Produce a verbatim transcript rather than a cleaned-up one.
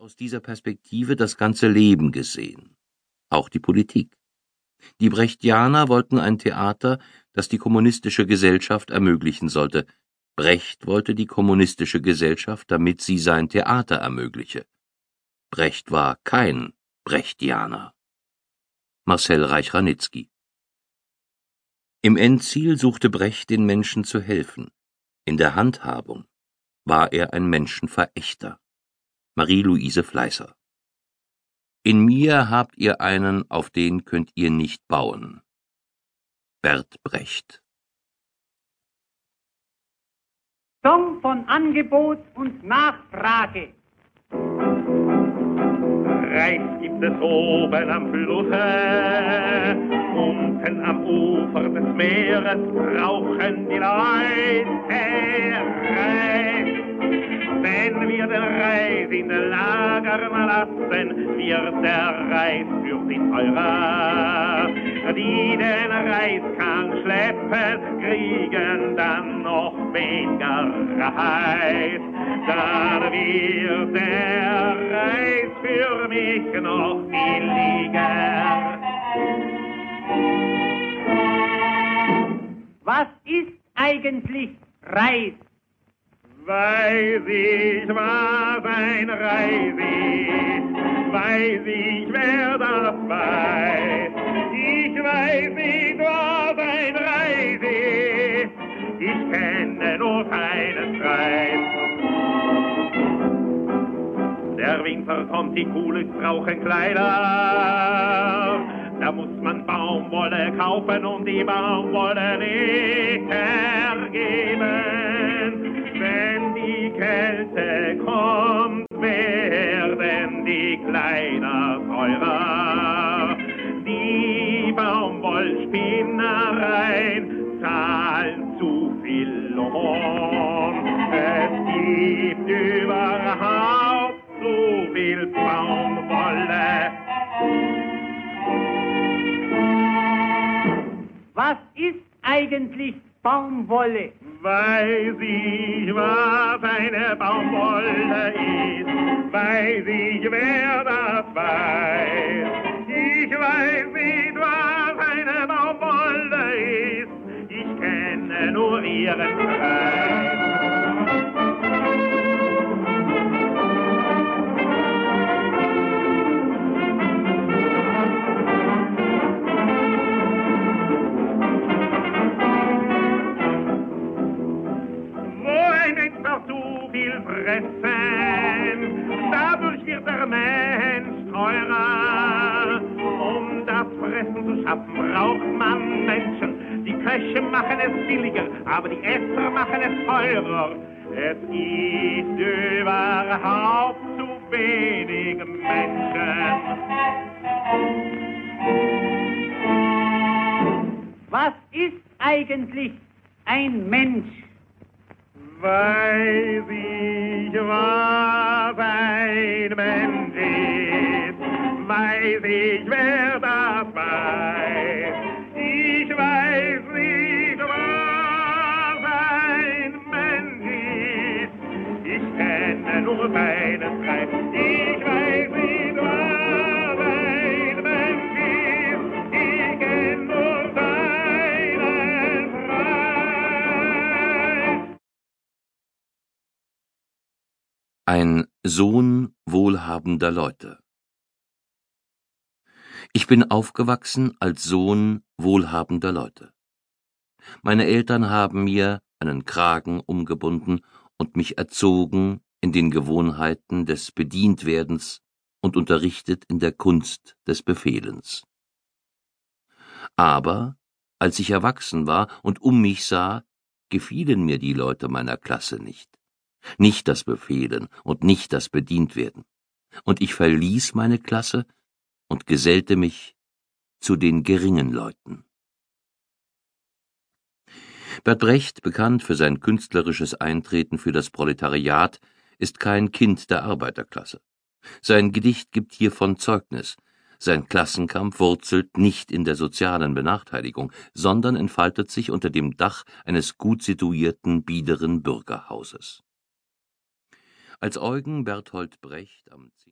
aus dieser Perspektive das ganze Leben gesehen, auch die Politik. Die Brechtianer wollten ein Theater, das die kommunistische Gesellschaft ermöglichen sollte. Brecht wollte die kommunistische Gesellschaft, damit sie sein Theater ermögliche. Brecht war kein Brechtianer. Marcel Reich-Ranitzky. Im Endziel suchte Brecht den Menschen zu helfen. In der Handhabung war er ein Menschenverächter. Marie-Louise Fleißer. In mir habt ihr einen, auf den könnt ihr nicht bauen. Bert Brecht. Song von Angebot und Nachfrage. Reis gibt es oben am Flusse, unten am Ufer des Meeres brauchen die Leute Reis. Wenn wir den Reis in den Lagern lassen, wird der Reis für sie teurer. Die den Reis kann schleppen, kriegen dann noch weniger Reis. Dann wird der Reis für mich noch billiger. Was ist eigentlich Reis? Weiß ich, was ein Reis ist, weiß ich, wer das weiß. Ich weiß nicht, was ein Reis ist, ich kenne nur seinen Preis. Der Winter kommt, die Kulis brauchen Kleider. Da muss man Baumwolle kaufen und die Baumwolle nicht hergeben. Wenn die Kälte kommt, werden die Kleider teurer. Die Baumwollspinnereien zahlen zu viel Lohn. Es gibt überhaupt zu viel Baumwolle. Was ist eigentlich Baumwolle? Weiß ich, was eine Baumwolle ist, weiß ich, wer das weiß. Ich weiß nicht, was eine Baumwolle ist, ich kenne nur ihren Preis. Zu viel fressen, dadurch wird der Mensch teurer. Um das Fressen zu schaffen, braucht man Menschen. Die Köche machen es billiger, aber die Esser machen es teurer. Es gibt überhaupt zu wenig Menschen. Was ist eigentlich ein Mensch? Weiß ich, was ein Mensch ist, weiß ich, wer das weiß. Ich weiß nicht, was ein Mensch ist, ich kenne nur seinen Preis. Ich weiß nicht, was ein Mensch ist, ich kenne nur seinen Preis. Ein Sohn wohlhabender Leute. Ich bin aufgewachsen als Sohn wohlhabender Leute. Meine Eltern haben mir einen Kragen umgebunden und mich erzogen in den Gewohnheiten des Bedientwerdens und unterrichtet in der Kunst des Befehlens. Aber als ich erwachsen war und um mich sah, gefielen mir die Leute meiner Klasse nicht. Nicht das Befehlen und nicht das Bedientwerden. Und ich verließ meine Klasse und gesellte mich zu den geringen Leuten. Bert Brecht, bekannt für sein künstlerisches Eintreten für das Proletariat, ist kein Kind der Arbeiterklasse. Sein Gedicht gibt hiervon Zeugnis. Sein Klassenkampf wurzelt nicht in der sozialen Benachteiligung, sondern entfaltet sich unter dem Dach eines gut situierten, biederen Bürgerhauses. Als Eugen Berthold Brecht am